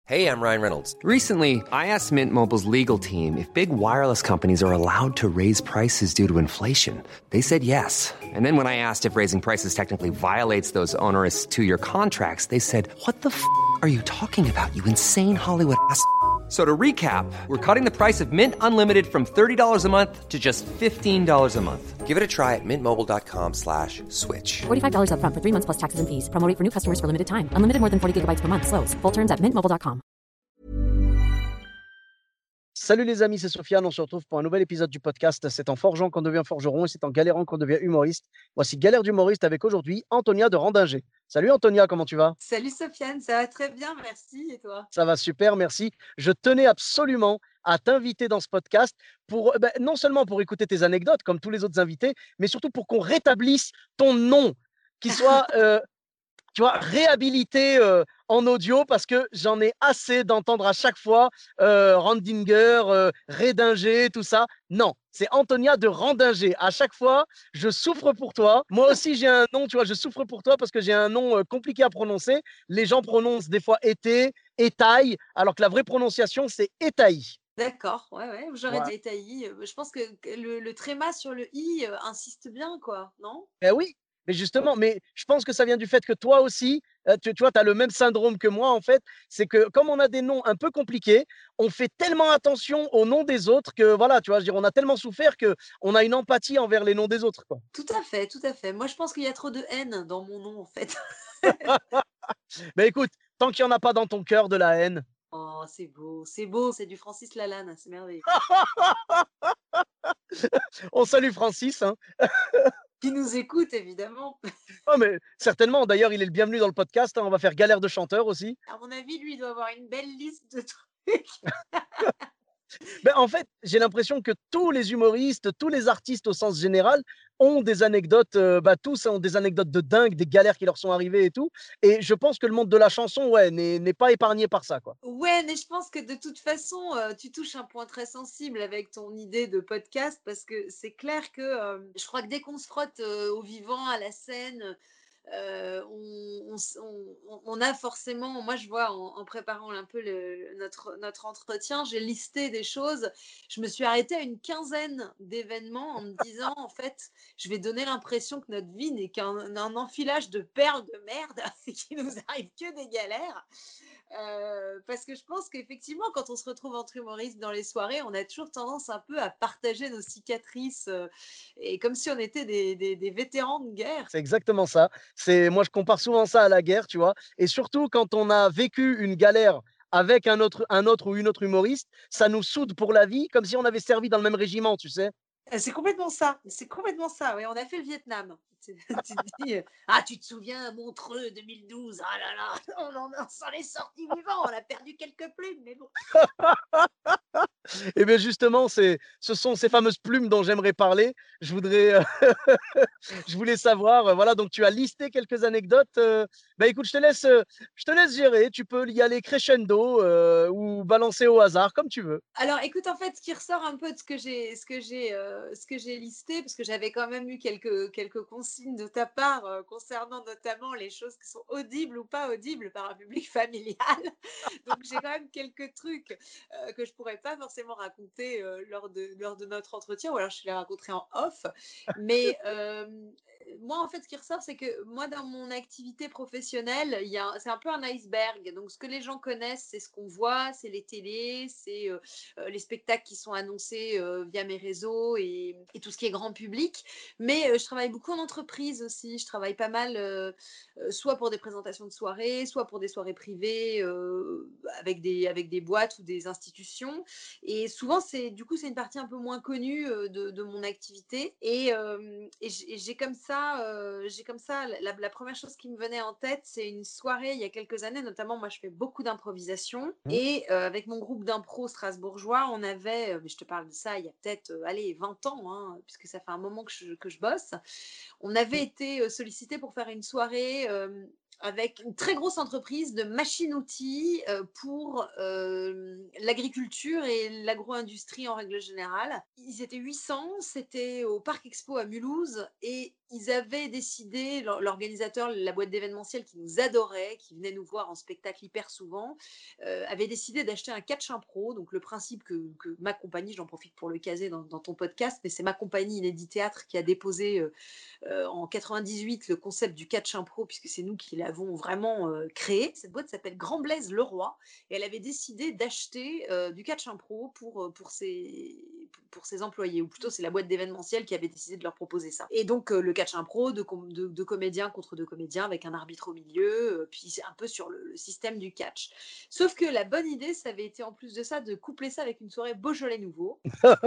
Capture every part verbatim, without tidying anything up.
Hey, I'm Ryan Reynolds. Recently, I asked Mint Mobile's legal team if big wireless companies are allowed to raise prices due to inflation. They said yes. And then when I asked if raising prices technically violates those onerous two-year contracts, they said, "What the f*** are you talking about, you insane Hollywood ass?" So to recap, we're cutting the price of Mint Unlimited from thirty dollars a month to just fifteen dollars a month. Give it a try at mintmobile.com slash switch. forty-five dollars up front for three months plus taxes and fees. Promo rate for new customers for limited time. Unlimited more than forty gigabytes per month. Slows full terms at mint mobile dot com. Salut les amis, c'est Sofiane. On se retrouve pour un nouvel épisode du podcast. C'est en forgeant qu'on devient forgeron et c'est en galérant qu'on devient humoriste. Voici Galère d'humoriste avec aujourd'hui Antonia de Randinger. Salut Antonia, comment tu vas? Salut Sofiane, ça va très bien, merci. Et toi? Ça va super, merci. Je tenais absolument à t'inviter dans ce podcast pour ben, non seulement pour écouter tes anecdotes comme tous les autres invités, mais surtout pour qu'on rétablisse ton nom, qu'il soit euh, tu vois, réhabilité euh, en audio parce que j'en ai assez d'entendre à chaque fois euh, Randinger, euh, Rédinger, tout ça. Non, c'est Antonia de Randinger. À chaque fois, je souffre pour toi. Moi aussi, j'ai un nom, tu vois, je souffre pour toi parce que j'ai un nom euh, compliqué à prononcer. Les gens prononcent des fois été, étaille, alors que la vraie prononciation, c'est étaï. D'accord, ouais, ouais, j'aurais Ouais. dit étaï. Je pense que que le, le tréma sur le i euh, insiste bien, quoi, non? Ben oui, mais justement, mais je pense que ça vient du fait que toi aussi, euh, tu, tu vois, tu as le même syndrome que moi, en fait. C'est que comme on a des noms un peu compliqués, on fait tellement attention aux noms des autres que, voilà, tu vois, je veux dire, on a tellement souffert qu'on a une empathie envers les noms des autres, quoi. Tout à fait, tout à fait. Moi, je pense qu'il y a trop de haine dans mon nom, en fait. Mais écoute, tant qu'il n'y en a pas dans ton cœur de la haine. Oh, c'est beau, c'est beau, c'est du Francis Lalanne, c'est merveilleux. On salue Francis, hein. Qui nous écoute, évidemment. Oh, mais certainement, d'ailleurs, il est le bienvenu dans le podcast, hein. On va faire galère de chanteur aussi. À mon avis, lui, il doit avoir une belle liste de trucs. Ben, en fait, j'ai l'impression que tous les humoristes, tous les artistes au sens général ont des anecdotes, euh, bah, tous ont des anecdotes de dingue, des galères qui leur sont arrivées et tout. Et je pense que le monde de la chanson, ouais, n'est n'est pas épargné par ça, quoi. Ouais, mais je pense que de toute façon, euh, tu touches un point très sensible avec ton idée de podcast parce que c'est clair que euh, je crois que dès qu'on se frotte euh, au vivant, à la scène, euh, on, on s- on- on a forcément, moi je vois en, en préparant un peu le- notre, notre entretien, j'ai listé des choses. Je me suis arrêtée à une quinzaine d'événements en me disant, en fait, je vais donner l'impression que notre vie n'est qu'un un enfilage de perles de merde et qu'il nous arrive que des galères. Euh, parce que je pense qu'effectivement, quand on se retrouve entre humoristes dans les soirées, on a toujours tendance un peu à partager nos cicatrices euh, et comme si on était des, des- des vétérans de guerre. C'est exactement ça. C'est, moi, je compare souvent ça à la guerre, tu vois. Et surtout, quand on a vécu une galère avec un autre, un autre ou une autre humoriste, ça nous soude pour la vie, comme si on avait servi dans le même régiment, tu sais. Euh, C'est complètement ça. C'est complètement ça. Oui, on a fait le Vietnam. Tu, tu te dis, euh, ah, tu te souviens, Montreux deux mille douze. Ah là là, on en on s'en est sorti vivant. On a perdu quelques plumes, mais bon. Et bien justement, c'est, ce sont ces fameuses plumes dont j'aimerais parler. Je voudrais, euh, je voulais savoir, euh, voilà, donc tu as listé quelques anecdotes. Euh, bah écoute, je te laisse, euh, je te laisse gérer. Tu peux y aller crescendo euh, ou balancer au hasard, comme tu veux. Alors, écoute, en fait, ce qui ressort un peu de ce que j'ai, ce que j'ai, euh, ce que j'ai listé, parce que j'avais quand même eu quelques, quelques consignes de ta part euh, concernant notamment les choses qui sont audibles ou pas audibles par un public familial. Donc, j'ai quand même quelques trucs euh, que je pourrais pas forcément raconter euh, lors de, lors de notre entretien, ou alors je les raconterai en off. Mais euh, moi, en fait, ce qui ressort, c'est que moi, dans mon activité professionnelle, il y a, c'est un peu un iceberg. Donc, ce que les gens connaissent, c'est ce qu'on voit, c'est les télés, c'est euh, euh, les spectacles qui sont annoncés euh, via mes réseaux et, et tout ce qui est grand public. Mais euh, je travaille beaucoup en entreprise aussi. Je travaille pas mal, euh, euh, soit pour des présentations de soirées, soit pour des soirées privées euh, avec, des, avec des boîtes ou des institutions. Et souvent, c'est, du coup, c'est une partie un peu moins connue euh, de, de mon activité. Et, euh, et j'ai et j'ai comme ça, euh, j'ai comme ça la, la première chose qui me venait en tête, c'est une soirée il y a quelques années, notamment moi je fais beaucoup d'improvisation. Mmh. Et euh, avec mon groupe d'impro strasbourgeois, on avait, euh, mais je te parle de ça il y a peut-être, euh, allez, vingt ans, hein, puisque ça fait un moment que je, que je bosse, on avait été euh, sollicité pour faire une soirée euh, avec une très grosse entreprise de machines-outils euh, pour euh, l'agriculture et l'agro-industrie en règle générale. Ils étaient huit cents, c'était au Parc Expo à Mulhouse et ils avaient décidé, l'organisateur, la boîte d'événementiel qui nous adorait, qui venait nous voir en spectacle hyper souvent, euh, avait décidé d'acheter un Catch un Pro. Donc le principe que, que ma compagnie, j'en profite pour le caser dans, dans ton podcast, mais c'est ma compagnie Inédit Théâtre qui a déposé euh, euh, en quatre-vingt-dix-huit le concept du Catch un Pro, puisque c'est nous qui l'avons vraiment euh, créé. Cette boîte s'appelle Grand Blaise Leroy et elle avait décidé d'acheter euh, du Catch un Pro pour, pour, ses, pour ses employés, ou plutôt c'est la boîte d'événementiel qui avait décidé de leur proposer ça. Et donc euh, le Catch un Pro, de, de, de comédiens contre deux comédiens avec un arbitre au milieu, euh, puis c'est un peu sur le, le système du catch. Sauf que la bonne idée, ça avait été en plus de ça de coupler ça avec une soirée Beaujolais nouveau.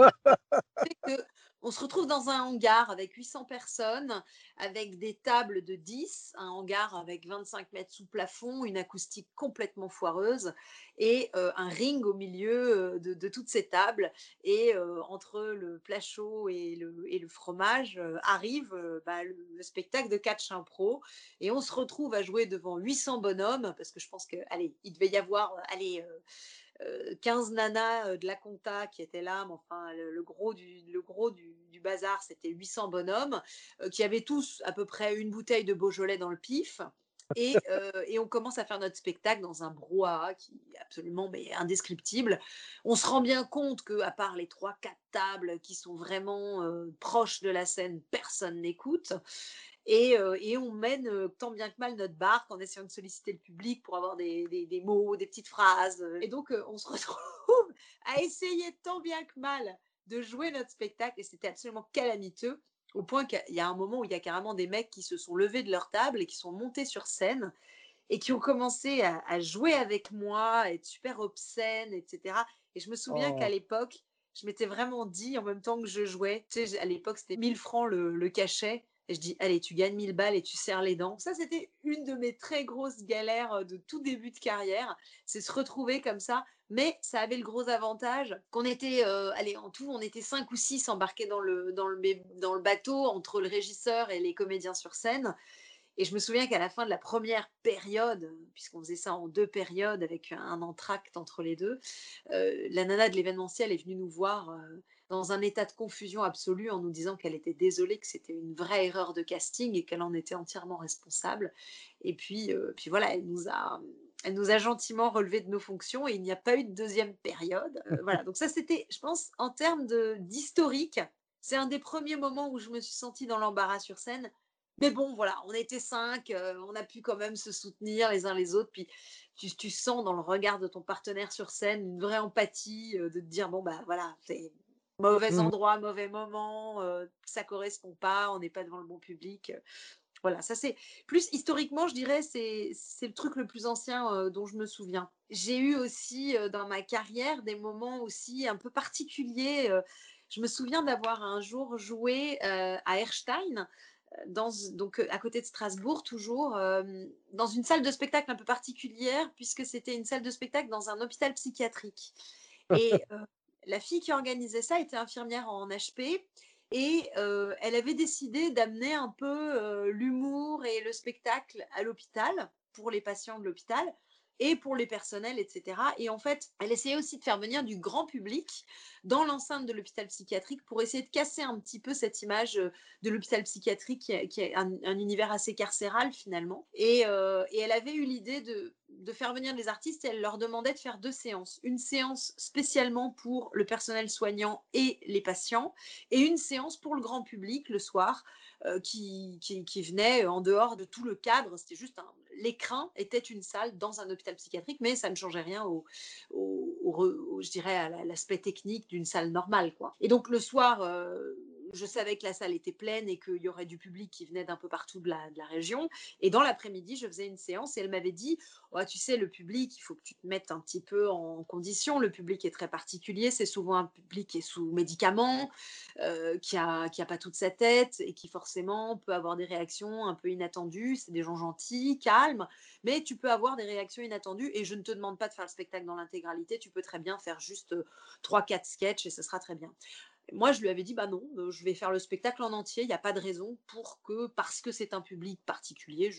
Que on se retrouve dans un hangar avec huit cents personnes, avec des tables de dix, un hangar avec vingt-cinq mètres sous plafond, une acoustique complètement foireuse et euh, un ring au milieu de, de toutes ces tables. Et euh, entre le plat chaud et le, et le fromage euh, arrive euh, bah, le, le spectacle de Catch un Pro. Et on se retrouve à jouer devant huit cents bonhommes, parce que je pense que, allez, il devait y avoir, allez, euh, euh, quinze nanas de la compta qui étaient là, mais enfin le, le gros, du, le gros du, du bazar, c'était huit cents bonhommes euh, qui avaient tous à peu près une bouteille de Beaujolais dans le pif. Et, euh, et on commence à faire notre spectacle dans un brouhaha qui est absolument mais, indescriptible. On se rend bien compte qu'à part les trois quatre tables qui sont vraiment euh, proches de la scène, personne n'écoute. Et, euh, et on mène euh, tant bien que mal notre barque en essayant de solliciter le public pour avoir des, des, des mots, des petites phrases. Et donc, euh, on se retrouve à essayer tant bien que mal de jouer notre spectacle. Et c'était absolument calamiteux, au point qu'il y a un moment où il y a carrément des mecs qui se sont levés de leur table et qui sont montés sur scène et qui ont commencé à, à jouer avec moi, à être super obscènes, et cetera. Et je me souviens Oh. qu'à l'époque, je m'étais vraiment dit, en même temps que je jouais, tu sais, à l'époque, c'était mille francs le, le cachet. Et je dis, allez, tu gagnes mille balles et tu serres les dents. Ça, c'était une de mes très grosses galères de tout début de carrière. C'est se retrouver comme ça. Mais ça avait le gros avantage qu'on était, euh, allez, en tout, on était cinq ou six embarqués dans le, dans, le, dans le bateau entre le régisseur et les comédiens sur scène. Et je me souviens qu'à la fin de la première période, puisqu'on faisait ça en deux périodes avec un entracte entre les deux, euh, la nana de l'événementiel est venue nous voir euh, dans un état de confusion absolue en nous disant qu'elle était désolée, que c'était une vraie erreur de casting et qu'elle en était entièrement responsable. Et puis, euh, puis voilà, elle nous a... Elle nous a gentiment relevé de nos fonctions et il n'y a pas eu de deuxième période. Euh, voilà, donc ça c'était, je pense, en termes de, d'historique, c'est un des premiers moments où je me suis sentie dans l'embarras sur scène. Mais bon, voilà, on était cinq, euh, on a pu quand même se soutenir les uns les autres. Puis tu, tu sens dans le regard de ton partenaire sur scène une vraie empathie euh, de te dire, bon, bah voilà, c'est mauvais Mhm. endroit, mauvais moment, euh, ça correspond pas, on n'est pas devant le bon public. Euh, voilà, ça c'est plus historiquement, je dirais, c'est c'est le truc le plus ancien euh, dont je me souviens. J'ai eu aussi euh, dans ma carrière des moments aussi un peu particuliers. euh, je me souviens d'avoir un jour joué euh, à Erstein, dans, donc à côté de Strasbourg, toujours, euh, dans une salle de spectacle un peu particulière, puisque c'était une salle de spectacle dans un hôpital psychiatrique. Et euh, la fille qui organisait ça était infirmière en H P. Et euh, elle avait décidé d'amener un peu euh, l'humour et le spectacle à l'hôpital, pour les patients de l'hôpital et pour les personnels, et cetera. Et en fait, elle essayait aussi de faire venir du grand public dans l'enceinte de l'hôpital psychiatrique pour essayer de casser un petit peu cette image de l'hôpital psychiatrique qui est, qui est un, un, univers assez carcéral finalement. Et, euh, et elle avait eu l'idée de, de faire venir des artistes et elle leur demandait de faire deux séances. Une séance spécialement pour le personnel soignant et les patients et une séance pour le grand public le soir euh, qui, qui, qui venait en dehors de tout le cadre. C'était juste un, l'écrin était une salle dans un hôpital psychiatrique, mais ça ne changeait rien au, au, au, au je dirais à l'aspect technique d'une salle normale, quoi. Et donc le soir, euh, je savais que la salle était pleine et qu'il y aurait du public qui venait d'un peu partout de la, de la région. Et dans l'après-midi, je faisais une séance et elle m'avait dit oh, tu sais, le public, il faut que tu te mettes un petit peu en condition. Le public est très particulier. C'est souvent un public qui est sous médicaments, euh, qui n'a qui a pas toute sa tête et qui forcément peut avoir des réactions un peu inattendues. C'est des gens gentils, calmes, mais tu peux avoir des réactions inattendues. Et je ne te demande pas de faire le spectacle dans l'intégralité. Tu peux très bien faire juste trois quatre sketchs et ce sera très bien. Moi, je lui avais dit, bah non, je vais faire le spectacle en entier, il n'y a pas de raison pour que, parce que c'est un public particulier, je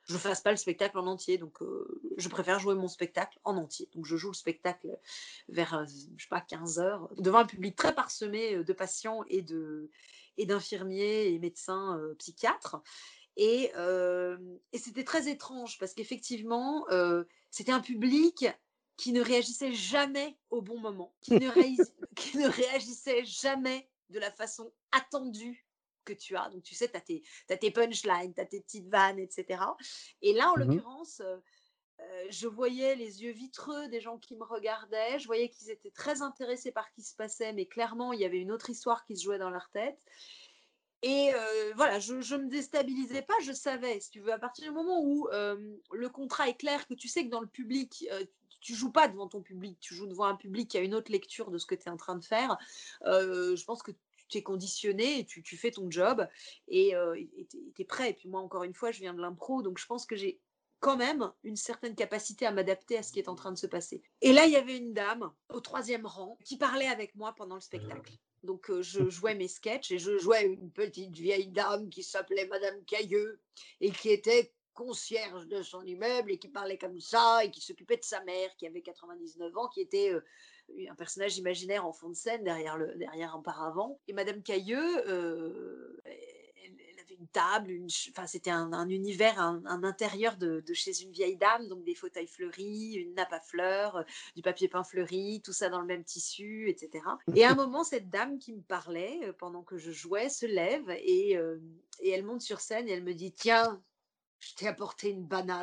je ne fasse pas le spectacle en entier. Donc, euh, je préfère jouer mon spectacle en entier. Donc, je joue le spectacle vers, euh, je sais pas, quinze heures, devant un public très parsemé euh, de patients et de et d'infirmiers et médecins euh, psychiatres. Et, euh, et c'était très étrange parce qu'effectivement, euh, c'était un public qui ne réagissait jamais au bon moment, qui ne, réagis- qui ne réagissait jamais de la façon attendue que tu as. Donc, tu sais, tu as tes, t'as tes punchlines, tu as tes petites vannes, et cetera. Et là, en Mhm. l'occurrence, euh, euh, je voyais les yeux vitreux des gens qui me regardaient, je voyais qu'ils étaient très intéressés par ce qui se passait, mais clairement, il y avait une autre histoire qui se jouait dans leur tête. Et euh, voilà, je ne me déstabilisais pas, je savais, si tu veux, à partir du moment où euh, le contrat est clair, que tu sais que dans le public, euh, tu joues pas devant ton public, tu joues devant un public qui a une autre lecture de ce que tu es en train de faire, euh, je pense que tu es conditionné, et tu, tu fais ton job et euh, tu es prêt. Et puis moi, encore une fois, je viens de l'impro, donc je pense que j'ai quand même une certaine capacité à m'adapter à ce qui est en train de se passer. Et là, il y avait une dame au troisième rang qui parlait avec moi pendant le spectacle. Donc, euh, je jouais mes sketchs et je jouais une petite vieille dame qui s'appelait Madame Cailleux et qui était concierge de son immeuble et qui parlait comme ça et qui s'occupait de sa mère qui avait quatre-vingt-dix-neuf ans, qui était euh, un personnage imaginaire en fond de scène derrière, le, derrière un paravent. Et Madame Cailleux, euh, elle, elle avait une table, une, enfin, c'était un, un univers, un, un intérieur de, de chez une vieille dame, donc des fauteuils fleuris, une nappe à fleurs, du papier peint fleuri, tout ça dans le même tissu, et cetera. Et à un moment, cette dame qui me parlait euh, pendant que je jouais se lève et, euh, et elle monte sur scène et elle me dit « Tiens, je t'ai apporté une banane. »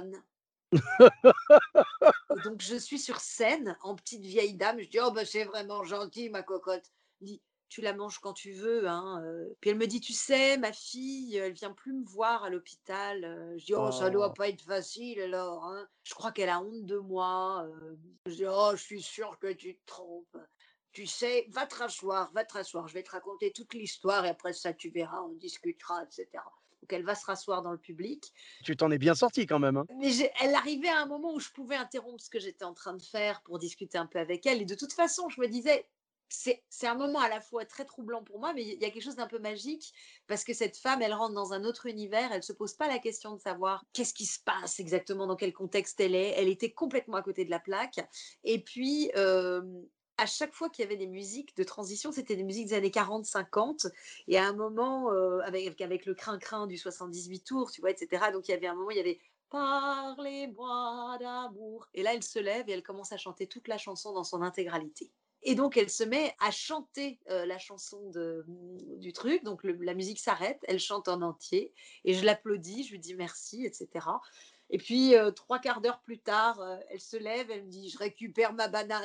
Et donc, je suis sur scène en petite vieille dame. Je dis « Oh, ben, c'est vraiment gentil, ma cocotte. » Elle dit « Tu la manges quand tu veux. Hein. » Puis elle me dit « Tu sais, ma fille, elle vient plus me voir à l'hôpital. » Je dis « Oh, ça doit Oh. pas être facile alors. Hein. Je crois qu'elle a honte de moi. » Je dis « Oh, je suis sûre que tu te trompes. Tu sais, va te rasseoir, va te rasseoir. Je vais te raconter toute l'histoire et après ça, tu verras, on discutera, et cetera. » Donc, elle va se rasseoir dans le public. Tu t'en es bien sorti quand même. Hein. Mais j'ai- elle arrivait à un moment où je pouvais interrompre ce que j'étais en train de faire pour discuter un peu avec elle. Et de toute façon, je me disais, c'est, c'est un moment à la fois très troublant pour moi, mais il y a quelque chose d'un peu magique parce que cette femme, elle rentre dans un autre univers. Elle ne se pose pas la question de savoir qu'est-ce qui se passe exactement, dans quel contexte elle est. Elle était complètement à côté de la plaque. Et puis, euh, à chaque fois qu'il y avait des musiques de transition, c'était des musiques des années quarante cinquante. Et à un moment, euh, avec, avec le crin-crin du soixante-dix-huit tours, tu vois, et cetera. Donc, il y avait un moment, il y avait Parlez-moi d'amour. Et là, elle se lève et elle commence à chanter toute la chanson dans son intégralité. Et donc, elle se met à chanter euh, la chanson de, du truc. Donc, le, la musique s'arrête, elle chante en entier. Et je l'applaudis, je lui dis merci, et cetera. Et puis, euh, trois quarts d'heure plus tard, euh, elle se lève, elle me dit « Je récupère ma banane. »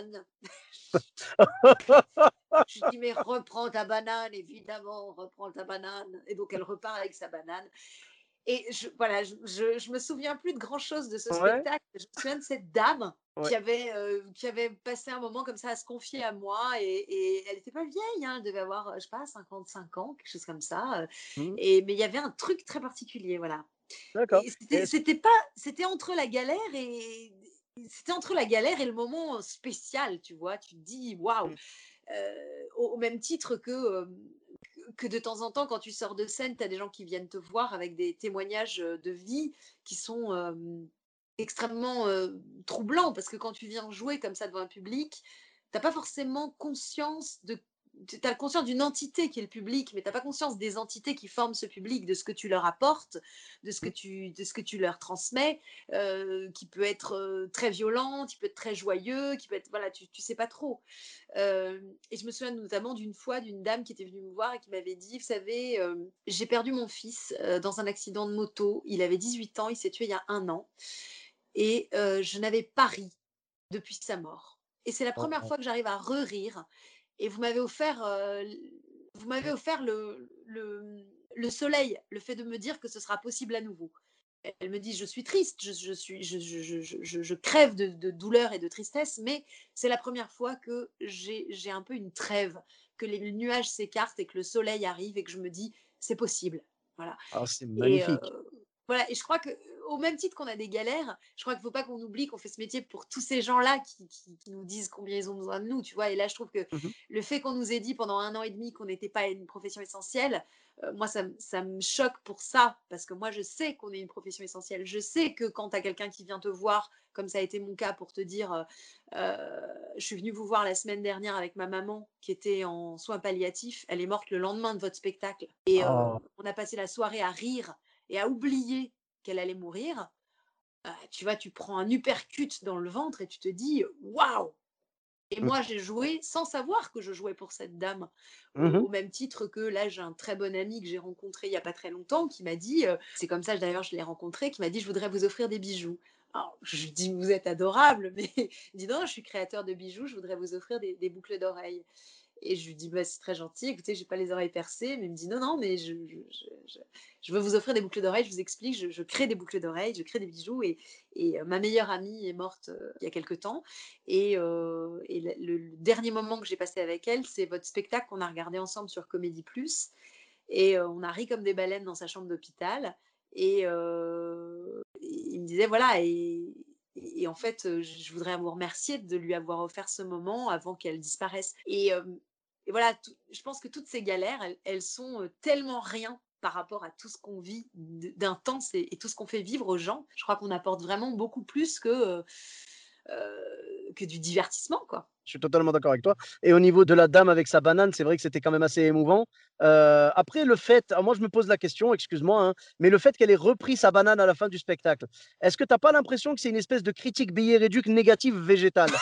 Je lui dis « Mais reprends ta banane, évidemment, reprends ta banane. » Et donc, elle repart avec sa banane. Et je, voilà, je, je, je me souviens plus de grand chose de ce Ouais, spectacle. Je me souviens de cette dame ouais. qui avait, euh, qui avait passé un moment comme ça à se confier à moi. Et, et elle n'était pas vieille, hein, elle devait avoir, je sais pas, cinquante-cinq ans, quelque chose comme ça. Mmh. Et, mais il y avait un truc très particulier, voilà. D'accord. Et c'était, Est-ce c'était pas, c'était entre la galère et c'était entre la galère et le moment spécial, tu vois. Tu te dis, waouh, mmh. euh, au, au même titre que euh, que de temps en temps, quand tu sors de scène, tu as des gens qui viennent te voir avec des témoignages de vie qui sont euh, extrêmement euh, troublants, parce que quand tu viens jouer comme ça devant un public, tu n'as pas forcément conscience de... Tu as conscience d'une entité qui est le public, mais tu n'as pas conscience des entités qui forment ce public, de ce que tu leur apportes, de ce que Mmh. tu, de ce que tu leur transmets, euh, qui peut être euh, très violent, qui peut être très joyeux, qui peut être... Voilà, tu ne sais pas trop. Euh, et je me souviens notamment d'une fois d'une dame qui était venue me voir et qui m'avait dit, vous savez, euh, j'ai perdu mon fils euh, dans un accident de moto. Il avait dix-huit ans, il s'est tué il y a un an. Et euh, je n'avais pas ri depuis sa mort. Et c'est la Oh, première oh. fois que j'arrive à re-rire. Et vous m'avez offert, euh, vous m'avez offert le, le, le soleil, le fait de me dire que ce sera possible à nouveau. Elle me dit, je suis triste, je, je, suis, je, je, je, je, je crève de, de douleur et de tristesse, mais c'est la première fois que j'ai, j'ai un peu une trêve, que les nuages s'écartent et que le soleil arrive et que je me dis, c'est possible. Voilà. Ah, c'est Et, euh, magnifique. voilà. Et je crois que au même titre qu'on a des galères, je crois qu'il ne faut pas qu'on oublie qu'on fait ce métier pour tous ces gens-là qui, qui, qui nous disent combien ils ont besoin de nous, tu vois. Et là, je trouve que Mhm. le fait qu'on nous ait dit pendant un an et demi qu'on n'était pas une profession essentielle, euh, moi, ça, ça me choque pour ça, parce que moi, je sais qu'on est une profession essentielle. Je sais que quand tu as quelqu'un qui vient te voir, comme ça a été mon cas, pour te dire euh, euh, je suis venue vous voir la semaine dernière avec ma maman qui était en soins palliatifs, elle est morte le lendemain de votre spectacle. Et euh, Oh. on a passé la soirée à rire et à oublier qu'elle allait mourir. Euh, tu vois, tu prends un uppercut dans le ventre et tu te dis waouh! Et moi, j'ai joué sans savoir que je jouais pour cette dame. Au, Mhm. au même titre que là, j'ai un très bon ami que j'ai rencontré il n'y a pas très longtemps qui m'a dit, euh, c'est comme ça d'ailleurs je l'ai rencontré, qui m'a dit je voudrais vous offrir des bijoux. Alors, je lui dis vous êtes adorable, mais il dit non, je suis créateur de bijoux, je voudrais vous offrir des, des boucles d'oreilles. Et je lui dis, bah, c'est très gentil, écoutez, j'ai pas les oreilles percées, mais il me dit, non, non, mais je, je, je, je, je veux vous offrir des boucles d'oreilles, je vous explique, je, je crée des boucles d'oreilles, je crée des bijoux, et, et euh, ma meilleure amie est morte euh, il y a quelques temps, et, euh, et le, le dernier moment que j'ai passé avec elle, c'est votre spectacle qu'on a regardé ensemble sur Comédie Plus, et euh, on a ri comme des baleines dans sa chambre d'hôpital, et, euh, et il me disait, voilà, et... Et en fait, je voudrais vous remercier de lui avoir offert ce moment avant qu'elle disparaisse. Et, euh, et voilà, tout, je pense que toutes ces galères, elles, elles sont euh, tellement rien par rapport à tout ce qu'on vit d'intense et, et tout ce qu'on fait vivre aux gens. Je crois qu'on apporte vraiment beaucoup plus que, euh, euh, que du divertissement, quoi. Je suis totalement d'accord avec toi. Et au niveau de la dame avec sa banane, c'est vrai que c'était quand même assez émouvant. Euh, après, le fait, alors moi je me pose la question, excuse-moi, hein, mais le fait qu'elle ait repris sa banane à la fin du spectacle, est-ce que tu n'as pas l'impression que c'est une espèce de critique billet réduc négative végétale?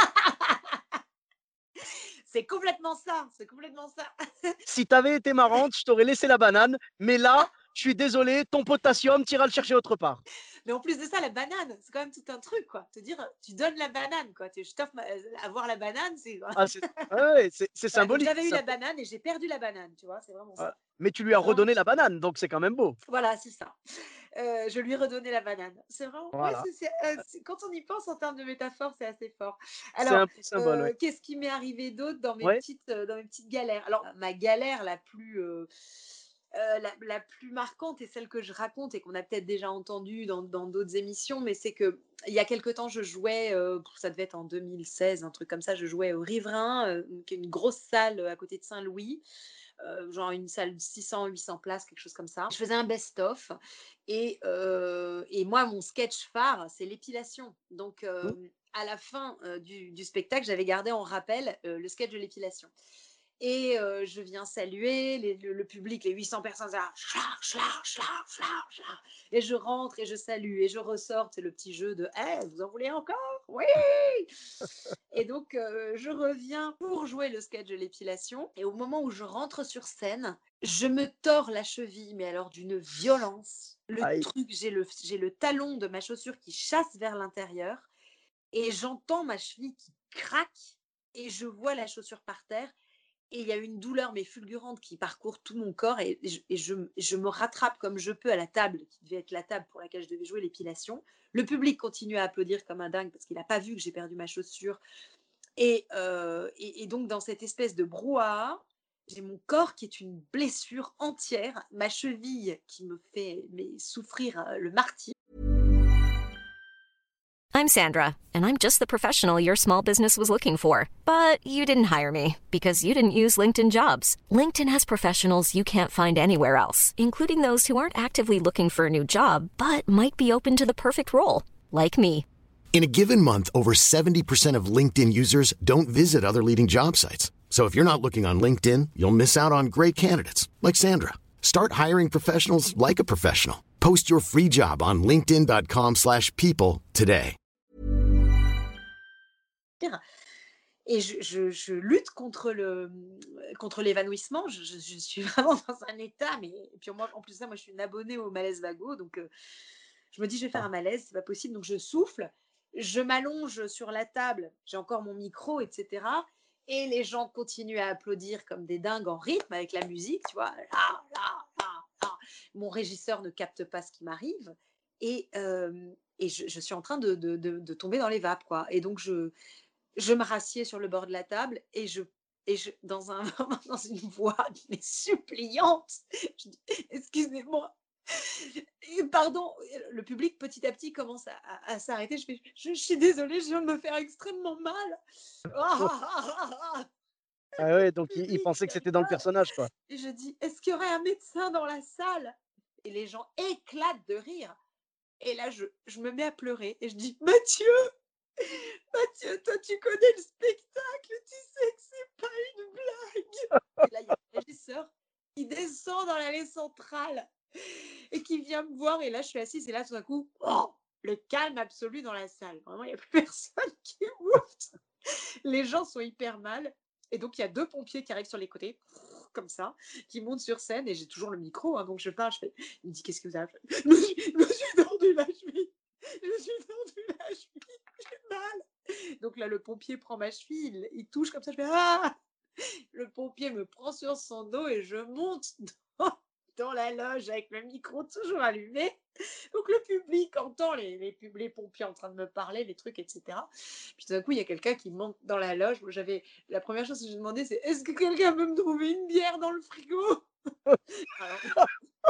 C'est complètement ça, c'est complètement ça. Si tu avais été marrante, je t'aurais laissé la banane, mais là, je suis désolé, ton potassium, tu iras le chercher autre part. Mais en plus de ça, la banane, c'est quand même tout un truc, quoi. Te dire, tu donnes la banane, quoi. Je t'offre ma... avoir la banane, c'est quoi. Ah, c'est ouais, c'est- c'est Voilà, donc symbolique. j'avais eu Ça. la banane et j'ai perdu la banane, tu vois, c'est vraiment Ouais. ça. Mais tu lui as C'est vraiment redonné ça. la banane, donc c'est quand même beau. Voilà, c'est ça. Euh, je lui ai redonné la banane. C'est vraiment. Ouais, Voilà. c'est, c'est, euh, c'est- quand on y pense en termes de métaphore, c'est assez fort. C'est Alors, un peu symbole, oui. euh, qu'est-ce qui m'est arrivé d'autre dans mes Ouais. petites, euh, dans mes petites galères? Alors, ma galère la plus. euh, euh, la, la plus marquante est celle que je raconte et qu'on a peut-être déjà entendue dans, dans d'autres émissions, mais c'est que il y a quelque temps, je jouais, euh, ça devait être en deux mille seize, un truc comme ça, je jouais au Riverain, euh, qui est une grosse salle à côté de Saint-Louis. Euh, genre une salle de six cents huit cents places, quelque chose comme ça. Je faisais un best-of et, euh, et moi, mon sketch phare, c'est l'épilation. Donc, euh, Mmh. à la fin euh, du, du spectacle, j'avais gardé en rappel euh, le sketch de l'épilation. Et euh, je viens saluer les, le, le public, les huit cents personnes, ça, schla, schla, schla, schla, schla. Et je rentre et je salue et je ressors. C'est le petit jeu de hey, vous en voulez encore? Oui. Et donc, euh, je reviens pour jouer le sketch de l'épilation. Et au moment où je rentre sur scène, je me tords la cheville, mais alors d'une violence. Le Aïe. truc, j'ai le, j'ai le talon de ma chaussure qui chasse vers l'intérieur. Et j'entends ma cheville qui craque. Et je vois la chaussure par terre. Et il y a une douleur, mais fulgurante, qui parcourt tout mon corps. Et, et, je, et je, je me rattrape comme je peux à la table, qui devait être la table pour laquelle je devais jouer l'épilation. Le public continue à applaudir comme un dingue parce qu'il n'a pas vu que j'ai perdu ma chaussure. Et, euh, et, et donc, dans cette espèce de brouhaha, j'ai mon corps qui est une blessure entière, ma cheville qui me fait mais, souffrir le martyre. I'm Sandra, and I'm just the professional your small business was looking for. But you didn't hire me because you didn't use LinkedIn Jobs. LinkedIn has professionals you can't find anywhere else, including those who aren't actively looking for a new job, but might be open to the perfect role, like me. In a given month, over seventy percent of LinkedIn users don't visit other leading job sites. So if you're not looking on LinkedIn, you'll miss out on great candidates like Sandra. Start hiring professionals like a professional. Post your free job on linkedin.com slash people today. Et je, je, je lutte contre, le, contre l'évanouissement. Je, je, je suis vraiment dans un état. Mais... Et puis moi, en plus de ça, moi, je suis une abonnée au malaise vago. Donc, euh, je me dis, je vais faire un malaise. C'est pas possible. Donc, je souffle. Je m'allonge sur la table. J'ai encore mon micro, et cetera. Et les gens continuent à applaudir comme des dingues en rythme avec la musique. Tu vois, là, là, là, là. Mon régisseur ne capte pas ce qui m'arrive. Et, euh, et je, je suis en train de, de, de, de tomber dans les vapes, quoi. Et donc, je... je me rassieds sur le bord de la table et je, et je dans, un, dans une voix mais suppliante, je dis, excusez-moi, Et pardon, le public petit à petit commence à, à, à s'arrêter. Je fais, je, je suis désolée, je viens de me faire extrêmement mal. Ah ouais, donc il, il Public, pensait que il a c'était dans le peur. personnage, quoi. Et je dis, est-ce qu'il y aurait un médecin dans la salle? Et les gens éclatent de rire. Et là, je, je me mets à pleurer et je dis, Mathieu, Mathieu, toi, tu connais le spectacle, tu sais que c'est pas une blague. Et là, il y a le régisseur qui descend dans l'allée centrale et qui vient me voir. Et là, je suis assise et là, tout d'un coup, oh, le calme absolu dans la salle. Vraiment, il n'y a plus personne qui bouge. Les gens sont hyper mal. Et donc, il y a deux pompiers qui arrivent sur les côtés, comme ça, qui montent sur scène. Et j'ai toujours le micro, hein, donc je parle. Je fais, il me dit, qu'est-ce que vous avez fait? Je me suis, je me suis tordu la cheville. Je me suis tordu la cheville. J'ai mal. Donc là, le pompier prend ma cheville, il, il touche comme ça. Je fais, ah! Le pompier me prend sur son dos et je monte dans, dans la loge avec le micro toujours allumé. Donc le public entend les, les, les pompiers en train de me parler, les trucs, et cetera. Puis tout d'un coup, il y a quelqu'un qui monte dans la loge. Moi, j'avais, la première chose que j'ai demandé, c'est est-ce que quelqu'un peut me trouver une bière dans le frigo? Alors,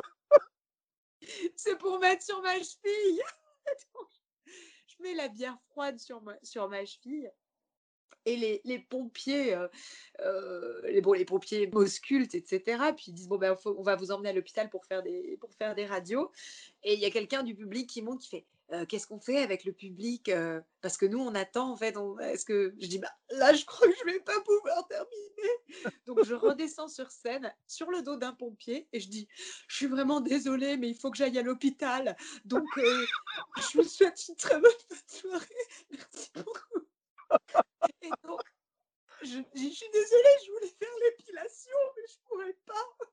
c'est pour mettre sur ma cheville. Donc, je mets la bière froide sur ma, sur ma cheville. Et les, les pompiers, euh, euh, les, bon, les pompiers m'auscultent, et cetera. Puis ils disent bon ben faut, on va vous emmener à l'hôpital pour faire des pour faire des radios. Et il y a quelqu'un du public qui monte qui fait euh, qu'est-ce qu'on fait avec le public euh, parce que nous on attend en fait. On, est-ce que je dis bah là je crois que je vais pas pouvoir terminer. Donc je redescends sur scène sur le dos d'un pompier et je dis je suis vraiment désolée mais il faut que j'aille à l'hôpital. Donc euh, je vous souhaite une très bonne soirée. Merci beaucoup. Et donc, je, je suis désolée, je voulais faire l'épilation, mais je pourrais pas.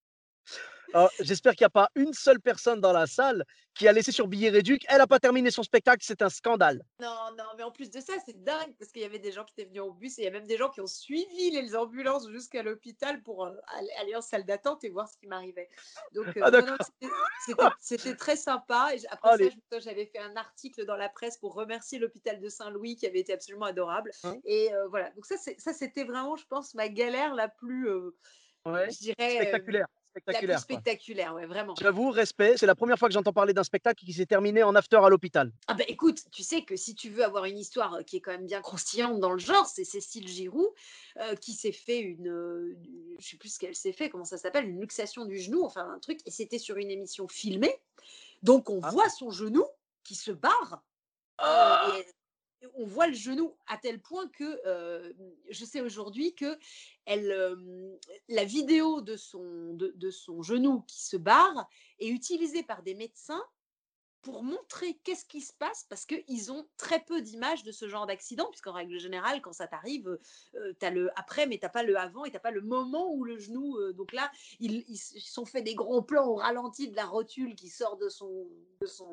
Alors, j'espère qu'il n'y a pas une seule personne dans la salle qui a laissé sur billet réduit. Elle n'a pas terminé son spectacle, c'est un scandale. Non, non, mais en plus de ça, c'est dingue parce qu'il y avait des gens qui étaient venus au bus et il y a même des gens qui ont suivi les ambulances jusqu'à l'hôpital pour euh, aller, aller en salle d'attente et voir ce qui m'arrivait. Donc, euh, Ah, non, non, d'accord. c'était, c'était, c'était très sympa. Et après Allez. ça, je, j'avais fait un article dans la presse pour remercier l'hôpital de Saint-Louis qui avait été absolument adorable. Hein? Et euh, voilà, donc ça, c'est, ça, c'était vraiment, je pense, ma galère la plus, euh, Ouais. je dirais, euh, Spectaculaire. la plus Spectaculaire, quoi. spectaculaire, ouais, vraiment. J'avoue, respect. C'est la première fois que j'entends parler d'un spectacle qui s'est terminé en after à l'hôpital. Ah bah écoute, tu sais que si tu veux avoir une histoire euh, qui est quand même bien croustillante dans le genre, c'est Cécile Giroux euh, qui s'est fait une, euh, je sais plus ce qu'elle s'est fait, comment ça s'appelle, une luxation du genou, enfin un truc, et c'était sur une émission filmée, donc on Ah. voit son genou qui se barre, euh, Ah. et on voit le genou à tel point que euh, je sais aujourd'hui que elle, euh, la vidéo de son, de, de son genou qui se barre est utilisée par des médecins pour montrer qu'est-ce qui se passe parce qu'ils ont très peu d'images de ce genre d'accident, puisqu'en règle générale, quand ça t'arrive, euh, tu as le après, mais tu n'as pas le avant et tu n'as pas le moment où le genou. Euh, donc là, ils, ils se sont fait des gros plans au ralenti de la rotule qui sort de son, de son,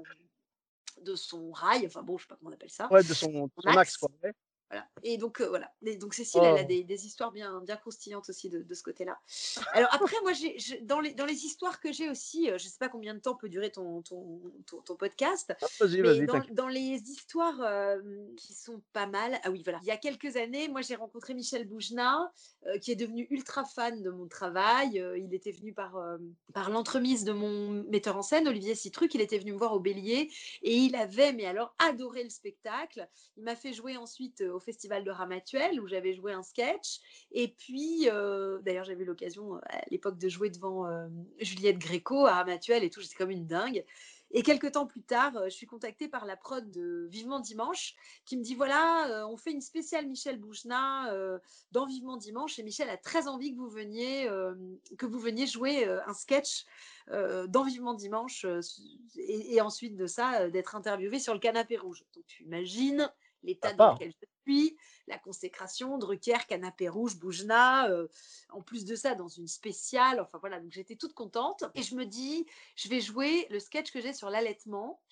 de son rail, enfin bon, je sais pas comment on appelle ça, Ouais, de son, son son axe, axe. quoi. Ouais. Voilà. Et donc, euh, voilà. Et donc Cécile, elle a Oh. des, des histoires bien, bien croustillantes aussi de, de ce côté-là. Alors après, moi, j'ai, je- dans, les, dans les histoires que j'ai aussi, euh, je ne sais pas combien de temps peut durer ton, ton, ton, ton podcast, Ah, vas-y, mais vas-y, dans, t'inquiète. dans les histoires euh, qui sont pas mal, ah oui, voilà. Il y a quelques années, moi, j'ai rencontré Michel Boujna, euh, qui est devenu ultra fan de mon travail. Euh, il était venu par, euh, par l'entremise de mon metteur en scène, Olivier Citruc. Il était venu me voir au Bélier et il avait, mais alors, adoré le spectacle. Il m'a fait jouer ensuite euh, au Festival de Ramatuelle où j'avais joué un sketch. Et puis, euh, d'ailleurs, j'avais eu l'occasion euh, à l'époque de jouer devant euh, Juliette Gréco à Ramatuelle et tout. J'étais comme une dingue. Et quelques temps plus tard, euh, je suis contactée par la prod de Vivement Dimanche qui me dit voilà, euh, on fait une spéciale Michel Boujna euh, dans Vivement Dimanche et Michel a très envie que vous veniez, euh, que vous veniez jouer euh, un sketch euh, dans Vivement Dimanche euh, et, et ensuite de ça, euh, d'être interviewé sur le canapé rouge. Donc tu imagines l'état dans Papa. lequel je suis, la consécration, Drucker, canapé rouge, Boujna, euh, en plus de ça dans une spéciale, enfin voilà, donc j'étais toute contente et je me dis, je vais jouer le sketch que j'ai sur l'allaitement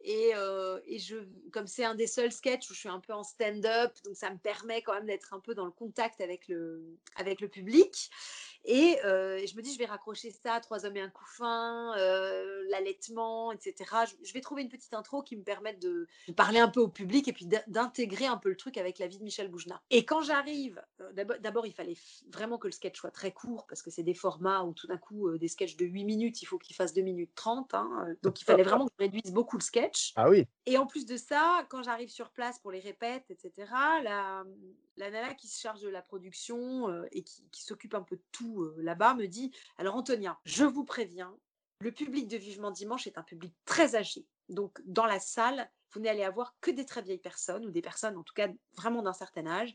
Et, euh, et je, comme c'est un des seuls sketchs où je suis un peu en stand-up, donc ça me permet quand même d'être un peu dans le contact avec le, avec le public. Et euh, je me dis, je vais raccrocher ça, Trois hommes et un couffin, euh, l'allaitement, et cetera. Je, je vais trouver une petite intro qui me permette de, de parler un peu au public et puis d'intégrer un peu le truc avec la vie de Michel Boujna. Et quand j'arrive, euh, d'abord, d'abord, il fallait vraiment que le sketch soit très court parce que c'est des formats où tout d'un coup, euh, des sketchs de huit minutes, il faut qu'ils fassent deux minutes trente. Hein, donc il fallait vraiment que je réduise beaucoup le sketch. Ah oui. Et en plus de ça, quand j'arrive sur place pour les répètes, et cetera, la, la nana qui se charge de la production euh, et qui, qui s'occupe un peu de tout euh, là-bas me dit « Alors Antonia, je vous préviens, le public de Vivement Dimanche est un public très âgé. Donc dans la salle, vous n'allez avoir que des très vieilles personnes ou des personnes en tout cas vraiment d'un certain âge.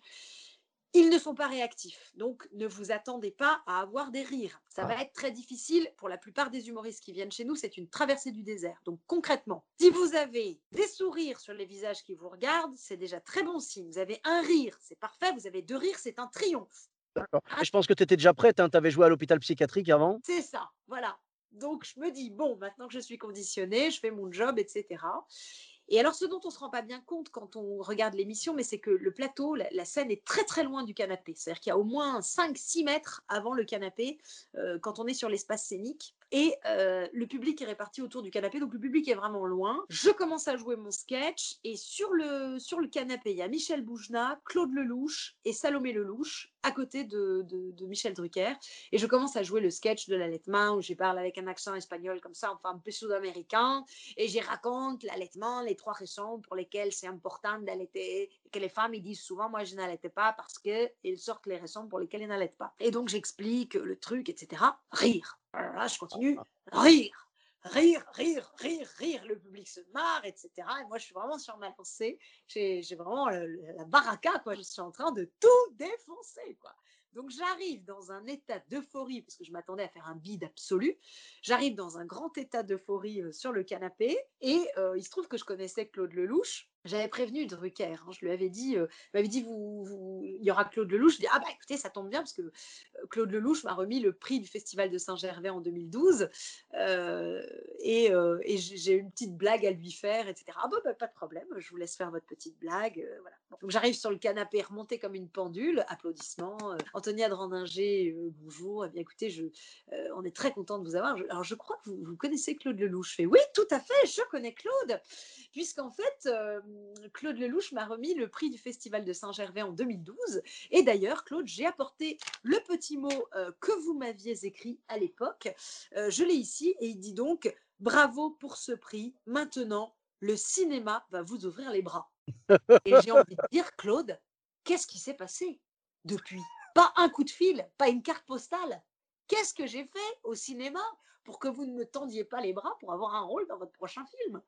Ils ne sont pas réactifs, donc ne vous attendez pas à avoir des rires. Ça va être très difficile pour la plupart des humoristes qui viennent chez nous, c'est une traversée du désert. Donc concrètement, si vous avez des sourires sur les visages qui vous regardent, c'est déjà très bon signe. Vous avez un rire, c'est parfait. Vous avez deux rires, c'est un triomphe. D'accord. Et je pense que tu étais déjà prête, hein, tu avais joué à l'hôpital psychiatrique avant. C'est ça, voilà. Donc je me dis, bon, maintenant que je suis conditionnée, je fais mon job, et cetera. Et alors, ce dont on ne se rend pas bien compte quand on regarde l'émission, mais c'est que le plateau, la, la scène est très très loin du canapé. C'est-à-dire qu'il y a au moins cinq six mètres avant le canapé euh, quand on est sur l'espace scénique. Et euh, le public est réparti autour du canapé, donc le public est vraiment loin. Je commence à jouer mon sketch et sur le, sur le canapé, il y a Michel Boujna, Claude Lelouch et Salomé Lelouch à côté de, de, de Michel Drucker. Et je commence à jouer le sketch de l'allaitement où je parle avec un accent espagnol comme ça, enfin un peu sud-américain, et je raconte l'allaitement, les trois raisons pour lesquelles c'est important d'allaiter, que les femmes ils disent souvent moi je n'allaitais pas parce qu'ils sortent les raisons pour lesquelles ils n'allaitent pas. Et donc j'explique le truc, et cetera. Rire. Alors là, je continue, rire, rire, rire, rire, rire, le public se marre, et cetera. Et moi, je suis vraiment sur ma lancée, j'ai, j'ai vraiment le, le, la baraka, quoi. Je suis en train de tout défoncer, quoi. Donc j'arrive dans un état d'euphorie, parce que je m'attendais à faire un bide absolu, j'arrive dans un grand état d'euphorie euh, sur le canapé, et euh, il se trouve que je connaissais Claude Lelouch. J'avais prévenu Drucker, hein, je lui avais dit, euh, il m'avait dit, vous, vous, il y aura Claude Lelouch. Je dis, ah bah écoutez, ça tombe bien, parce que euh, Claude Lelouch m'a remis le prix du Festival de Saint-Gervais en deux mille douze, euh, et, euh, et j'ai une petite blague à lui faire, et cetera. Ah bah, bah pas de problème, je vous laisse faire votre petite blague, euh, voilà. Bon. Donc j'arrive sur le canapé, remontée comme une pendule, applaudissements, euh, Antonia Drandinger, euh, bonjour, eh bien écoutez, je, euh, on est très content de vous avoir. Je, alors je crois que vous, vous connaissez Claude Lelouch. Je fais, oui, tout à fait, je connais Claude, puisqu'en fait, euh, Claude Lelouch m'a remis le prix du Festival de Saint-Gervais en deux mille douze. Et d'ailleurs, Claude, j'ai apporté le petit mot euh, que vous m'aviez écrit à l'époque. Euh, je l'ai ici et il dit donc « Bravo pour ce prix. Maintenant, le cinéma va vous ouvrir les bras. » Et j'ai envie de dire, Claude, qu'est-ce qui s'est passé depuis? Pas un coup de fil, pas une carte postale. Qu'est-ce que j'ai fait au cinéma pour que vous ne me tendiez pas les bras pour avoir un rôle dans votre prochain film?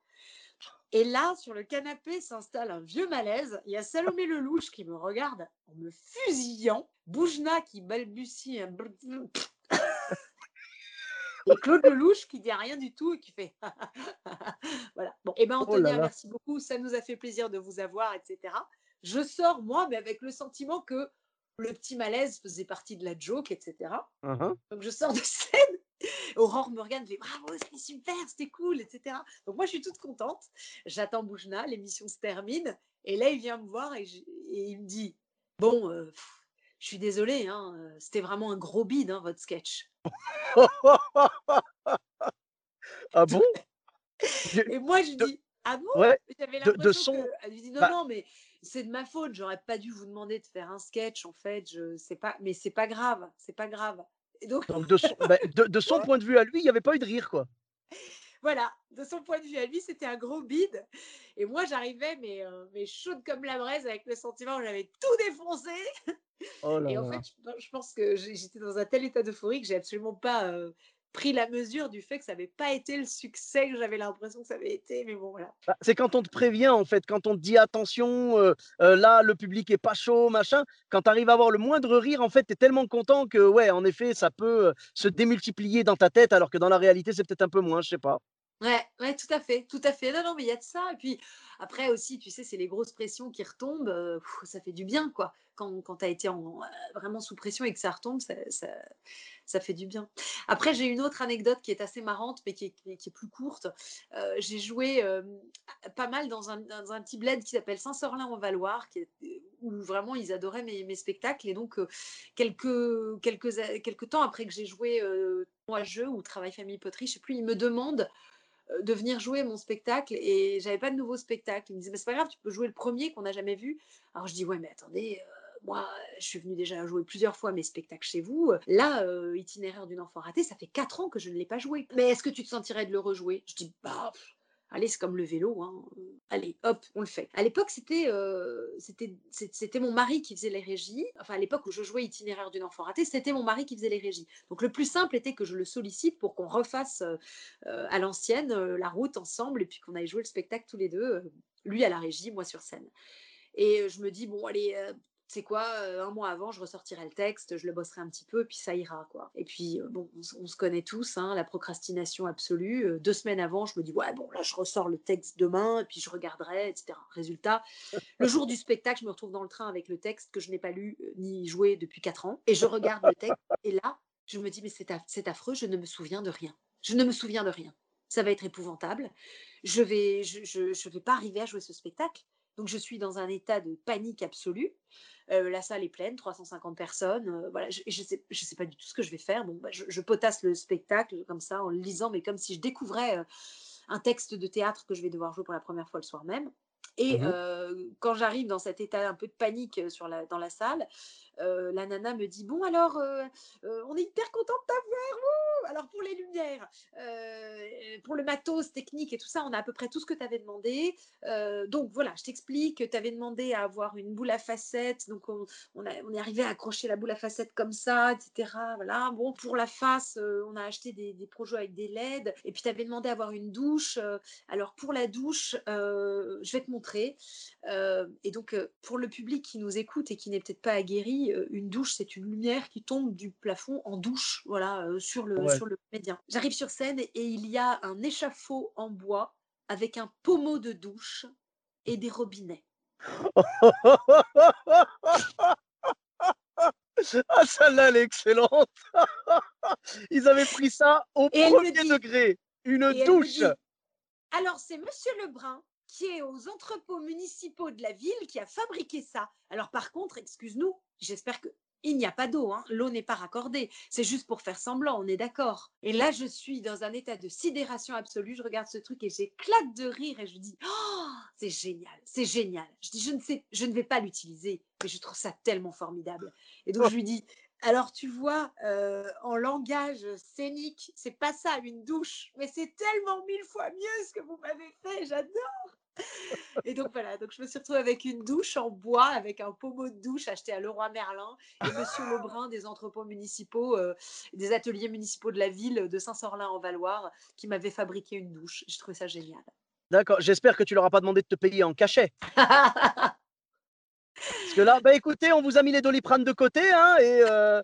Et là, sur le canapé, s'installe un vieux malaise. Il y a Salomé Lelouch qui me regarde en me fusillant. Boujna qui balbutie un... Et Claude Lelouch qui dit rien du tout et qui fait voilà. Bon, et ben Antonia, oh là là. Merci beaucoup. Ça nous a fait plaisir de vous avoir, et cetera. Je sors, moi, mais avec le sentiment que le petit malaise faisait partie de la joke, et cetera. Uh-huh. Donc je sors de scène. Aurore me regarde, me fait bravo, c'était super, c'était cool, et cetera. Donc moi, je suis toute contente. J'attends Boujna, l'émission se termine. Et là, il vient me voir et, je, et il me dit bon, euh, pff, je suis désolée, hein, c'était vraiment un gros bide, hein, votre sketch. Ah bon? Et moi, je dis ah bon? Ouais, J'avais de, de l'impression son... qu'elle lui dit non, bah... non, mais c'est de ma faute, j'aurais pas dû vous demander de faire un sketch, en fait, je sais pas, mais c'est pas grave, c'est pas grave. Et donc, donc de son, bah, de, de son point de vue à lui, il n'y avait pas eu de rire, quoi. Voilà, de son point de vue à lui, c'était un gros bide. Et moi, j'arrivais, mais, euh, mais chaude comme la braise, avec le sentiment où j'avais tout défoncé. Oh là et en là. fait, je, je pense que j'étais dans un tel état d'euphorie que j'ai absolument pas euh, pris la mesure du fait que ça n'avait pas été le succès que j'avais l'impression que ça avait été. Mais bon, voilà. Bah, c'est quand on te prévient, en fait, quand on te dit attention, euh, euh, là, le public est pas chaud, machin. Quand tu arrives à avoir le moindre rire, en fait, tu es tellement content que, ouais, en effet, ça peut se démultiplier dans ta tête, alors que dans la réalité, c'est peut-être un peu moins, je sais pas. Ouais, ouais, tout à fait, tout à fait. Non, non, mais il y a de ça. Et puis après aussi, tu sais, c'est les grosses pressions qui retombent. Euh, pff, ça fait du bien, quoi. quand, quand tu as été en, euh, vraiment sous pression et que ça retombe, ça, ça, ça fait du bien. Après, j'ai une autre anecdote qui est assez marrante, mais qui est, qui est- qui est plus courte. Euh, j'ai joué euh, pas mal dans un, dans un petit bled qui s'appelle Saint-Sorlin-en-Valoir, qui est- où vraiment ils adoraient mes, mes spectacles. Et donc, euh, quelques, quelques, a- quelques temps après que j'ai joué euh, moi jeu ou travail famille poterie, je sais plus, ils me demandent euh, de venir jouer mon spectacle et j'avais pas de nouveau spectacle. Ils me disaient, mais c'est pas grave, tu peux jouer le premier qu'on n'a jamais vu. Alors je dis, ouais, mais attendez, euh, moi, je suis venue déjà jouer plusieurs fois mes spectacles chez vous. Là, euh, Itinéraire d'une enfant ratée, ça fait quatre ans que je ne l'ai pas joué. Mais est-ce que tu te sentirais de le rejouer? Je dis, bah, pff, allez, c'est comme le vélo, hein. Allez, hop, on le fait. À l'époque, c'était euh, c'était c'est- c'était mon mari qui faisait les régies. Enfin, à l'époque où je jouais Itinéraire d'une enfant ratée, c'était mon mari qui faisait les régies. Donc, le plus simple était que je le sollicite pour qu'on refasse euh, euh, à l'ancienne euh, la route ensemble et puis qu'on aille jouer le spectacle tous les deux, euh, lui à la régie, moi sur scène. Et euh, je me dis, bon, allez, euh, c'est quoi, euh, un mois avant, je ressortirai le texte, je le bosserai un petit peu, puis ça ira, quoi. Et puis, euh, bon, on, s- on se connaît tous, hein, la procrastination absolue. Euh, deux semaines avant, je me dis, ouais, bon, là, je ressors le texte demain, et puis je regarderai, et cetera. Résultat, le jour du spectacle, je me retrouve dans le train avec le texte que je n'ai pas lu euh, ni joué depuis quatre ans, et je regarde le texte, et là, je me dis, mais c'est aff- c'est affreux, je ne me souviens de rien. Je ne me souviens de rien. Ça va être épouvantable. Je vais, je, je, je vais pas arriver à jouer ce spectacle. Donc, je suis dans un état de panique absolue. Euh, la salle est pleine, trois cent cinquante personnes. Euh, voilà, je, je sais, je sais pas du tout ce que je vais faire. Bon, bah, je, je potasse le spectacle comme ça en le lisant, mais comme si je découvrais euh, un texte de théâtre que je vais devoir jouer pour la première fois le soir même. Et Mhm. euh, quand j'arrive dans cet état un peu de panique sur la, dans la salle, euh, la nana me dit, bon alors, euh, euh, on est hyper content de t'avoir. Wouh Alors pour les lumières, euh, pour le matos technique et tout ça, on a à peu près tout ce que tu avais demandé. Euh, donc voilà, je t'explique, tu avais demandé à avoir une boule à facettes, donc on, on, a, on est arrivé à accrocher la boule à facettes comme ça, et cetera. Voilà. Bon, pour la face, euh, on a acheté des, des projets avec des L E D, et puis tu avais demandé à avoir une douche. Euh, alors pour la douche, euh, je vais te montrer. Euh, et donc euh, pour le public qui nous écoute et qui n'est peut-être pas aguerri, euh, une douche, c'est une lumière qui tombe du plafond en douche, voilà, euh, sur le, Ouais. sur le médian. J'arrive sur scène et il y a un échafaud en bois avec un pommeau de douche et des robinets. Ah, celle-là, elle est excellente. Ils avaient pris ça au Et elle me premier dit, degré. Une et elle me douche. dit, alors c'est Monsieur Lebrun qui est aux entrepôts municipaux de la ville qui a fabriqué ça. Alors par contre, excuse-nous, j'espère que il n'y a pas d'eau, hein. L'eau n'est pas raccordée. C'est juste pour faire semblant, on est d'accord. Et là, je suis dans un état de sidération absolue. Je regarde ce truc et j'éclate de rire et je dis, oh, c'est génial, c'est génial. Je dis, je ne sais, je ne vais pas l'utiliser, mais je trouve ça tellement formidable. Et donc je lui dis, alors tu vois, euh, en langage scénique, c'est pas ça une douche, mais c'est tellement mille fois mieux ce que vous m'avez fait, j'adore. Et donc voilà, donc je me suis retrouvée avec une douche en bois, avec un pommeau de douche acheté à Leroy Merlin, et Monsieur Lebrun des entrepôts municipaux, euh, des ateliers municipaux de la ville de Saint-Sorlin-en-Valoir, qui m'avait fabriqué une douche. J'ai trouvé ça génial. D'accord. J'espère que tu leur as pas demandé de te payer en cachet. Parce que là, bah écoutez, on vous a mis les Doliprane de côté, hein, et euh,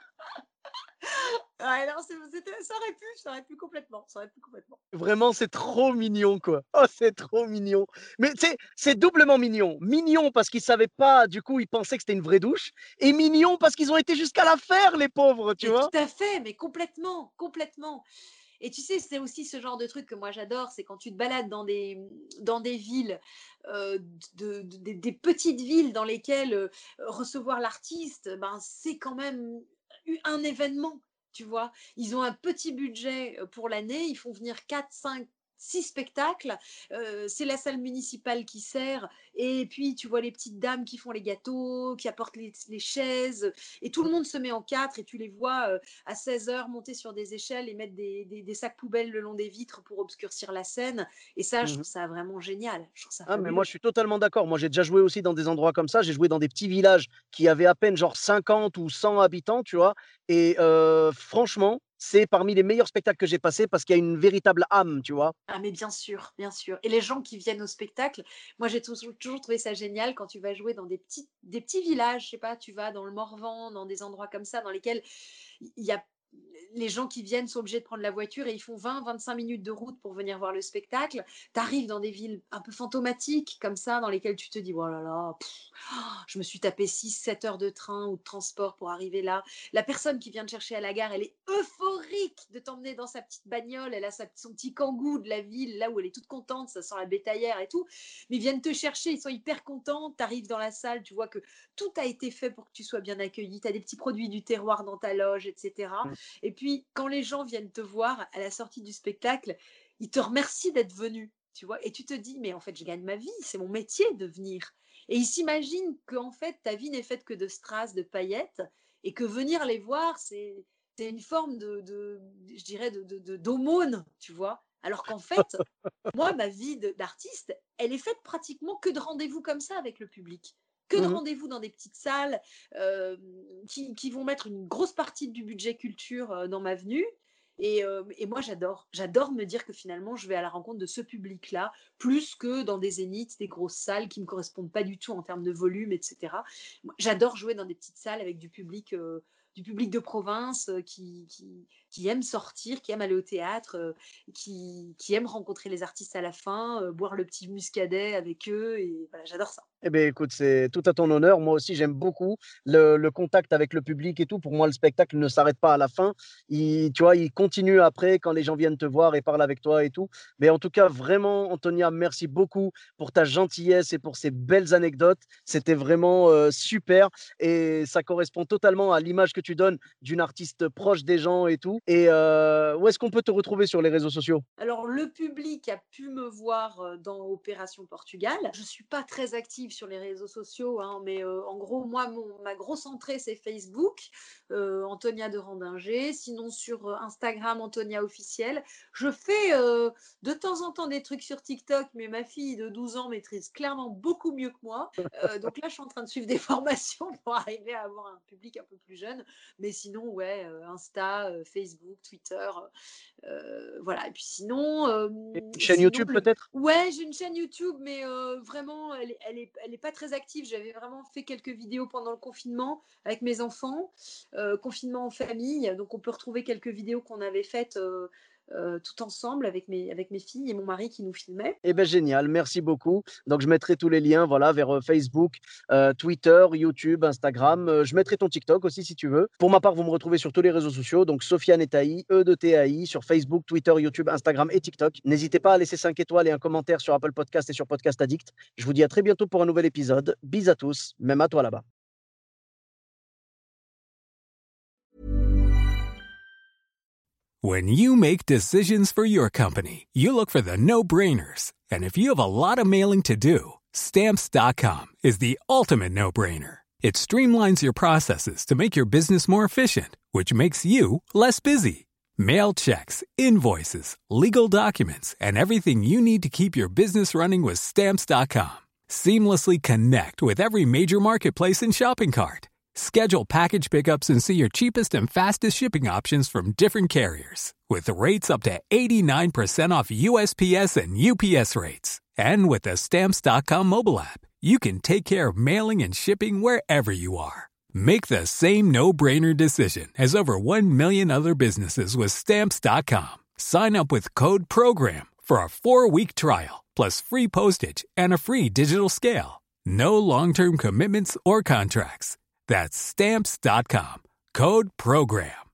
Ouais, non, c'est- c'était- ça aurait pu, ça aurait pu complètement, ça aurait pu complètement. vraiment, c'est trop mignon, quoi. Oh, c'est trop mignon. Mais tu sais, c'est doublement mignon. Mignon parce qu'ils savaient pas, du coup, ils pensaient que c'était une vraie douche. Et mignon parce qu'ils ont été jusqu'à la faire, les pauvres, tu Mais tout vois. à fait, mais complètement, complètement. Et tu sais, c'est aussi ce genre de truc que moi j'adore, c'est quand tu te balades dans des, dans des villes, euh, de, de- des, des petites villes dans lesquelles euh, recevoir l'artiste, ben, c'est quand même un événement, tu vois. Ils ont un petit budget euh, pour l'année, ils font venir quatre cinq six spectacles, euh, c'est la salle municipale qui sert, et puis tu vois les petites dames qui font les gâteaux, qui apportent les, les chaises, et tout le monde se met en quatre, et tu les vois euh, à seize heures monter sur des échelles et mettre des, des, des sacs poubelles le long des vitres pour obscurcir la scène. Et ça, je Mhm. trouve ça vraiment génial. Je trouve ça Ah, mais moi, fabuleux. je suis totalement d'accord. Moi, j'ai déjà joué aussi dans des endroits comme ça. J'ai joué dans des petits villages qui avaient à peine genre cinquante ou cent habitants, tu vois. Et euh, franchement, c'est parmi les meilleurs spectacles que j'ai passés parce qu'il y a une véritable âme, tu vois. Ah, mais bien sûr, bien sûr. Et les gens qui viennent au spectacle, moi j'ai toujours, toujours trouvé ça génial quand tu vas jouer dans des petits, des petits villages, je sais pas, tu vas dans le Morvan, dans des endroits comme ça, dans lesquels il y a les gens qui viennent sont obligés de prendre la voiture et ils font vingt à vingt-cinq minutes de route pour venir voir le spectacle. Tu arrives dans des villes un peu fantomatiques comme ça, dans lesquelles tu te dis oh là là, pff, oh, je me suis tapé six à sept heures de train ou de transport pour arriver là. La personne qui vient te chercher à la gare, elle est euphorique de t'emmener dans sa petite bagnole, elle a sa, son petit kangou de la ville, là où elle est toute contente, ça sent la bétaillère et tout. Mais ils viennent te chercher, ils sont hyper contents. Tu arrives dans la salle, tu vois que tout a été fait pour que tu sois bien accueilli. Tu as des petits produits du terroir dans ta loge, et cetera. Mmh. Et puis, quand les gens viennent te voir à la sortie du spectacle, ils te remercient d'être venu, tu vois. Et tu te dis, mais en fait, je gagne ma vie, c'est mon métier de venir. Et ils s'imaginent qu'en fait, ta vie n'est faite que de strass, de paillettes, et que venir les voir, c'est, c'est une forme de, de je dirais, de, de, de, d'aumône, tu vois. Alors qu'en fait, moi, ma vie de, d'artiste, elle est faite pratiquement que de rendez-vous comme ça avec le public. Que de mmh. rendez-vous dans des petites salles euh, qui, qui vont mettre une grosse partie du budget culture euh, dans ma venue. Et, euh, et moi, j'adore. J'adore me dire que finalement, je vais à la rencontre de ce public-là, plus que dans des zéniths, des grosses salles qui ne me correspondent pas du tout en termes de volume, et cetera. Moi, j'adore jouer dans des petites salles avec du public, euh, du public de province euh, qui, qui, qui aime sortir, qui aime aller au théâtre, euh, qui, qui aime rencontrer les artistes à la fin, euh, boire le petit muscadet avec eux. Et voilà, j'adore ça. Eh bien, écoute, c'est tout à ton honneur. Moi aussi, j'aime beaucoup le, le contact avec le public et tout. Pour moi, le spectacle ne s'arrête pas à la fin. Il, tu vois, il continue après quand les gens viennent te voir et parlent avec toi et tout. Mais en tout cas, vraiment, Antonia, merci beaucoup pour ta gentillesse et pour ces belles anecdotes. C'était vraiment euh, super et ça correspond totalement à l'image que tu donnes d'une artiste proche des gens et tout. Et euh, où est-ce qu'on peut te retrouver sur les réseaux sociaux? Alors, le public a pu me voir dans Opération Portugal. Je ne suis pas très active sur les réseaux sociaux, hein, mais euh, en gros, moi, mon, ma grosse entrée, c'est Facebook, euh, Antonia de Randinger. Sinon, sur Instagram, Antonia officielle. Je fais euh, de temps en temps des trucs sur TikTok, mais ma fille de douze ans maîtrise clairement beaucoup mieux que moi. Euh, donc là, je suis en train de suivre des formations pour arriver à avoir un public un peu plus jeune. Mais sinon, ouais, euh, Insta, euh, Facebook, Twitter, euh, voilà. Et puis sinon... Euh, une chaîne sinon, YouTube le... peut-être? Ouais, j'ai une chaîne YouTube, mais euh, vraiment, elle, elle est Elle n'est pas très active. J'avais vraiment fait quelques vidéos pendant le confinement avec mes enfants, euh, confinement en famille. Donc, on peut retrouver quelques vidéos qu'on avait faites euh, euh, tout ensemble avec mes, avec mes filles et mon mari qui nous filmaient. Eh bien, génial. Merci beaucoup. Donc, je mettrai tous les liens voilà, vers euh, Facebook, euh, Twitter, YouTube, Instagram. Euh, je mettrai ton TikTok aussi si tu veux. Pour ma part, vous me retrouvez sur tous les réseaux sociaux. Donc, Sofiane Etaï, E de T A I, sur Facebook, Twitter, YouTube, Instagram et TikTok. N'hésitez pas à laisser cinq étoiles et un commentaire sur Apple Podcast et sur Podcast Addict. Je vous dis à très bientôt pour un nouvel épisode. Bis à tous, même à toi là-bas. When you make decisions for your company, you look for the no-brainers. And if you have a lot of mailing to do, Stamps dot com is the ultimate no-brainer. It streamlines your processes to make your business more efficient, which makes you less busy. Mail checks, invoices, legal documents, and everything you need to keep your business running with Stamps dot com. Seamlessly connect with every major marketplace and shopping cart. Schedule package pickups and see your cheapest and fastest shipping options from different carriers. With rates up to eighty-nine percent off U S P S and U P S rates. And with the Stamps dot com mobile app, you can take care of mailing and shipping wherever you are. Make the same no-brainer decision as over one million other businesses with Stamps dot com. Sign up with code PROGRAM for a four-week trial, plus free postage and a free digital scale. No long-term commitments or contracts. That's Stamps dot com. Code PROGRAM.